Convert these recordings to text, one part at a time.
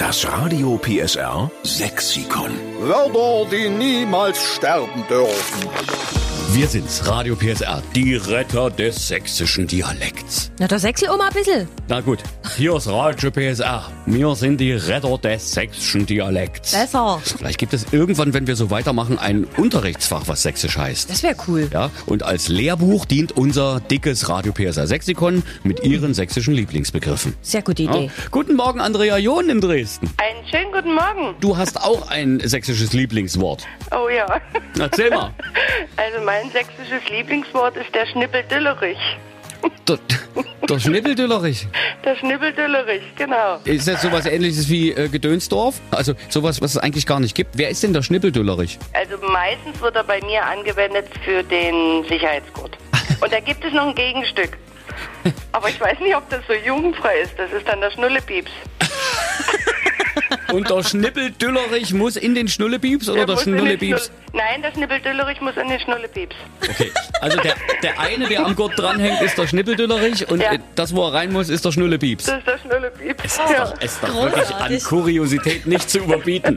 Das Radio PSR Sexikon. Wörter, die niemals sterben dürfen. Wir sind's, Radio PSR, die Retter des sächsischen Dialekts. Na, da sächsel mal ein bisschen. Na gut, hier ist Radio PSR. Wir sind die Retter des sächsischen Dialekts. Besser. Vielleicht gibt es irgendwann, wenn wir so weitermachen, ein Unterrichtsfach, was sächsisch heißt. Das wäre cool. Ja, und als Lehrbuch dient unser dickes Radio PSR Sexikon mit ihren sächsischen Lieblingsbegriffen. Sehr gute Idee. Ja. Guten Morgen, Andrea John in Dresden. Einen schönen guten Morgen. Du hast auch ein sächsisches Lieblingswort. Oh ja. Erzähl mal. Also mein sächsisches Lieblingswort ist der Schnippeltillerich. Der Schnippeltillerich. Der Schnippeltillerich, genau. Ist das sowas Ähnliches wie Gedönsdorf? Also sowas, was es eigentlich gar nicht gibt. Wer ist denn der Schnippeltillerich? Also meistens wird er bei mir angewendet für den Sicherheitsgurt. Und da gibt es noch ein Gegenstück. Aber ich weiß nicht, ob das so jugendfrei ist. Das ist dann der Schnullepieps. Und der Schnippeltillerich muss in den Schnullepieps oder der Schnullepieps? Nein, der Schnippeltillerich muss in den Schnullepieps. Okay, also der eine, der am Gurt dranhängt, ist der Schnippeltillerich und Ja. Das, wo er rein muss, ist der Schnullepieps. Das ist der Schnullepieps. Es Ja. ist doch wirklich an Kuriosität nicht zu überbieten.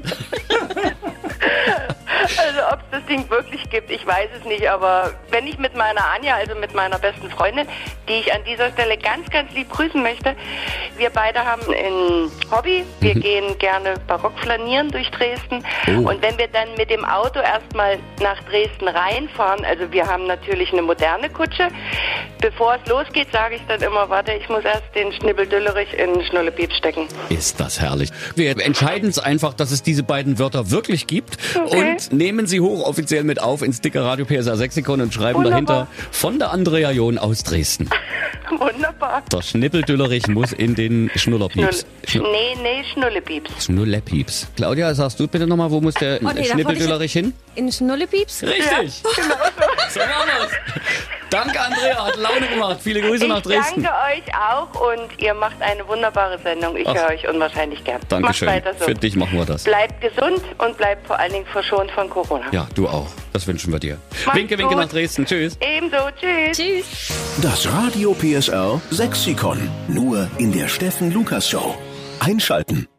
Also ob es das Ding wirklich gibt, ich weiß es nicht, aber wenn ich mit meiner Anja, also mit meiner besten Freundin, die ich an dieser Stelle ganz, ganz lieb grüßen möchte, wir beide haben ein Hobby, wir gehen gerne barock flanieren durch Dresden und wenn wir dann mit dem Auto erstmal nach Dresden reinfahren, also wir haben natürlich eine moderne Kutsche, bevor es losgeht, sage ich dann immer, warte, ich muss erst den Schnippeltillerich in den Schnullepieps stecken. Ist das herrlich. Wir entscheiden es einfach, dass es diese beiden Wörter wirklich gibt und nehmen sie hochoffiziell mit auf ins dicke Radio PSR Sexikon und schreiben dahinter von der Andrea John aus Dresden. Wunderbar. Der Schnippeltillerich muss in den Schnullerpieps. Nee, Schnullepieps. Schnullepieps. Claudia, sagst du bitte nochmal, wo muss der Okay, Schnippeltillerich hin? In Schnullepieps? Richtig. So machen wir's. Danke, Andrea, hat Laune gemacht. Viele Grüße nach Dresden. Ich danke euch auch und ihr macht eine wunderbare Sendung. Ich höre euch unwahrscheinlich gern. Dankeschön. Macht weiter so. Für dich machen wir das. Bleibt gesund und bleibt vor allen Dingen verschont von Corona. Ja, du auch. Das wünschen wir dir. Macht's Winke, winke gut. nach Dresden. Tschüss. Ebenso. Tschüss. Tschüss. Das Radio PSR Sexikon. Nur in der Steffen Lukas Show. Einschalten.